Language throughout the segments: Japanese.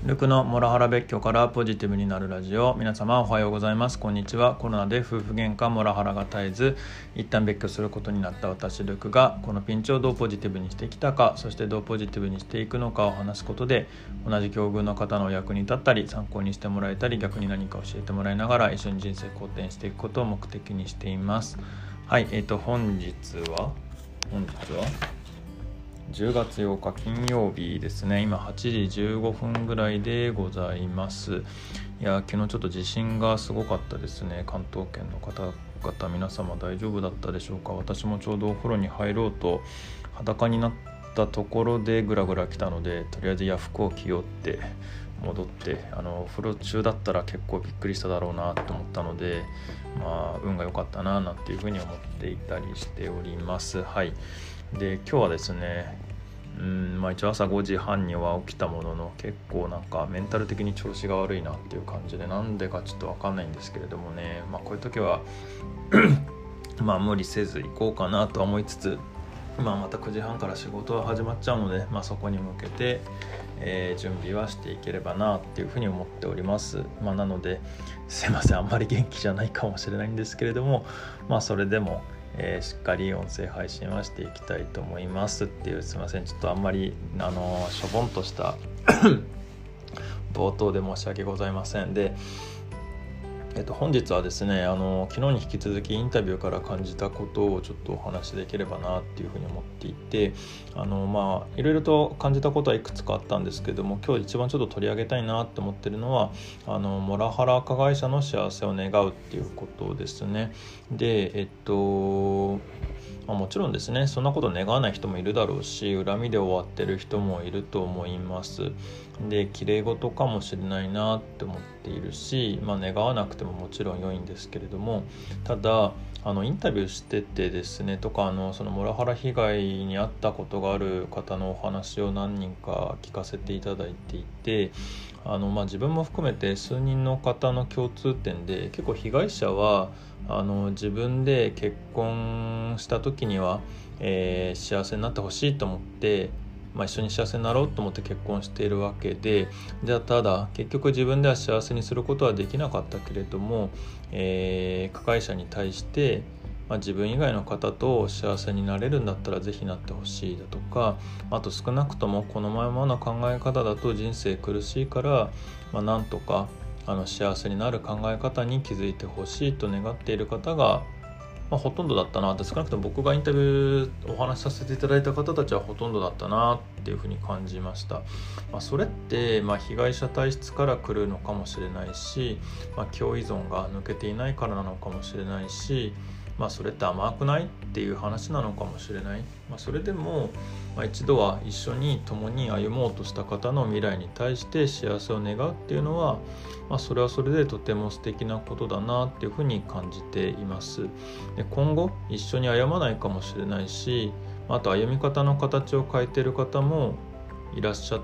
ルクのモラハラ別居からポジティブになるラジオ。皆様おはようございます。こんにちは。コロナで夫婦喧嘩モラハラが絶えず一旦別居することになった私ルクが、このピンチをどうポジティブにしてきたか、そしてどうポジティブにしていくのかを話すことで、同じ境遇の方のお役に立ったり参考にしてもらえたり、逆に何か教えてもらいながら一緒に人生好転していくことを目的にしています。はい、本日は10月8日金曜日ですね。今8時15分ぐらいでございます。いや、昨日ちょっと地震がすごかったですね。関東圏の方々皆様大丈夫だったでしょうか。私もちょうどお風呂に入ろうと裸になったところでグラグラ来たので、とりあえず服を着ようって戻って、お風呂中だったら結構びっくりしただろうなと思ったので、運が良かったななんていうふうに思っていたりしております。はい。で、今日はですね、一応朝5時半には起きたものの、結構なんかメンタル的に調子が悪いなっていう感じで、なんでかちょっと分かんないんですけれどもね、こういう時は無理せず行こうかなとは思いつつ、また9時半から仕事は始まっちゃうので、そこに向けて、準備はしていければなっていうふうに思っております。なのですいません、あんまり元気じゃないかもしれないんですけれども、それでもしっかり音声配信はしていきたいと思いますっていう、すいません、ちょっとあんまりしょぼんとした冒頭で申し訳ございません。で、本日はですね、昨日に引き続きインタビューから感じたことをちょっとお話しできればなっていうふうに思っていて、いろいろと感じたことはいくつかあったんですけども、今日一番ちょっと取り上げたいなって思ってるのは、モラハラ加害者の幸せを願うっていうことですね。で、もちろんですね、そんなこと願わない人もいるだろうし、恨みで終わってる人もいると思います。で、綺麗事かもしれないなって思っているし、願わなくてももちろん良いんですけれども、ただインタビューしててですね、とかそのモラハラ被害に遭ったことがある方のお話を何人か聞かせていただいていて、自分も含めて数人の方の共通点で、結構被害者は自分で結婚した時には、幸せになってほしいと思って、一緒に幸せになろうと思って結婚しているわけで、じゃあただ結局自分では幸せにすることはできなかったけれども、加害者に対して、自分以外の方と幸せになれるんだったらぜひなってほしいだとか、あと少なくともこのままの考え方だと人生苦しいから、なんとか幸せになる考え方に気づいてほしいと願っている方が、ほとんどだったなって、少なくとも僕がインタビューお話しさせていただいた方たちはほとんどだったなっていうふうに感じました。それって、被害者体質から来るのかもしれないし、共依存が抜けていないからなのかもしれないし、それって甘くないっていう話なのかもしれない。それでも、一度は一緒に共に歩もうとした方の未来に対して幸せを願うっていうのは、それはそれでとても素敵なことだなっていうふうに感じています。で、今後一緒に歩まないかもしれないし、あと歩み方の形を変えている方もいらっしゃって、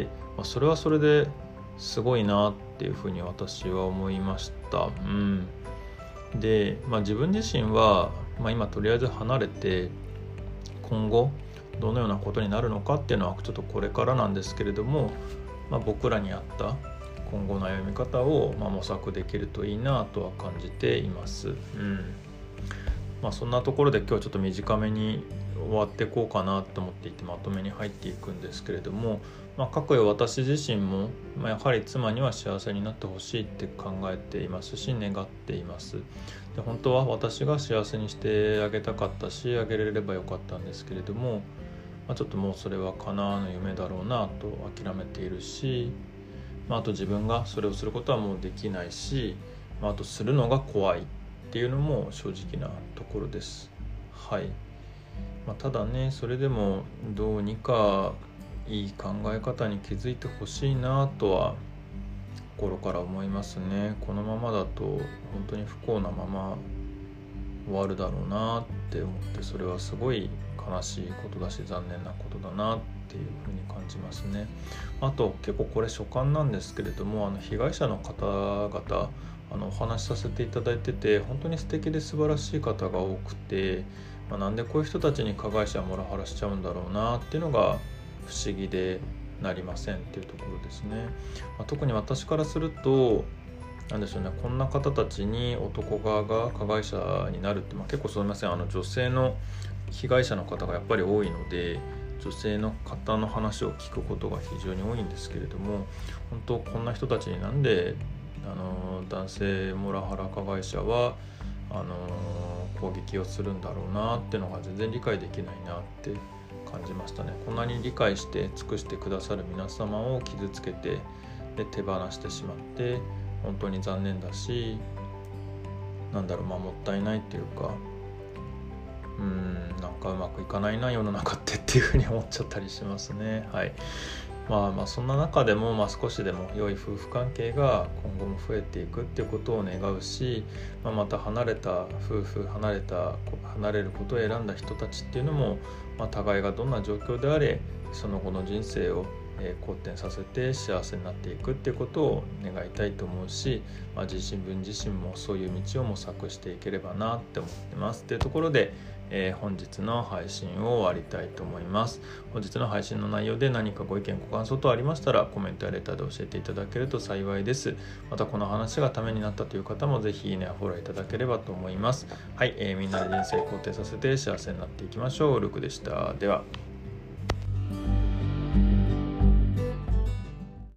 それはそれですごいなっていうふうに私は思いました。で、自分自身は、今とりあえず離れて、今後どのようなことになるのかっていうのはちょっとこれからなんですけれども、僕らに合った今後の歩み方を模索できるといいなとは感じています。そんなところで今日はちょっと短めに終わっていこうかなと思っていて、まとめに入っていくんですけれども、かくいう私自身も、やはり妻には幸せになってほしいって考えていますし、願っています。で、本当は私が幸せにしてあげたかったし、あげれればよかったんですけれども、ちょっともうそれは叶わぬ夢だろうなと諦めているし、あと自分がそれをすることはもうできないし、あとするのが怖いっていうのも正直なところです。はい。ただね、それでもどうにかいい考え方に気づいてほしいなとは心から思いますね。このままだと本当に不幸なまま終わるだろうなって思って、それはすごい悲しいことだし残念なことだなっていうふうに感じますね。あと結構これ所感なんですけれども、被害者の方々お話しさせていただいてて、本当に素敵で素晴らしい方が多くて、なんでこういう人たちに加害者はモラハラしちゃうんだろうなっていうのが不思議で、 なりませんっていうところですね。特に私からするとなんでしょうね、こんな方たちに男側が加害者になるって、結構すみません、女性の被害者の方がやっぱり多いので、女性の方の話を聞くことが非常に多いんですけれども、本当こんな人たちになんで男性モラハラ加害者は攻撃をするんだろうなっていうのが全然理解できないなって感じましたね。こんなに理解して尽くしてくださる皆様を傷つけてで手放してしまって本当に残念だし、もったいないっていうか、なんかうまくいかないな世の中ってっていうふうに思っちゃったりしますね。はい。そんな中でも、少しでも良い夫婦関係が今後も増えていくっていうことを願うし、また離れた夫婦離れることを選んだ人たちっていうのも、互いがどんな状況であれその後の人生を好転させて幸せになっていくっていうことを願いたいと思うし、自分自身もそういう道を模索していければなって思ってますっていうところで、本日の配信を終わりたいと思います。本日の配信の内容で何かご意見ご感想等ありましたらコメントやレターで教えていただけると幸いです。またこの話がためになったという方もぜひいいねやフォローいただければと思います。はい、みんなで人生肯定させて幸せになっていきましょう。ルクでした。では。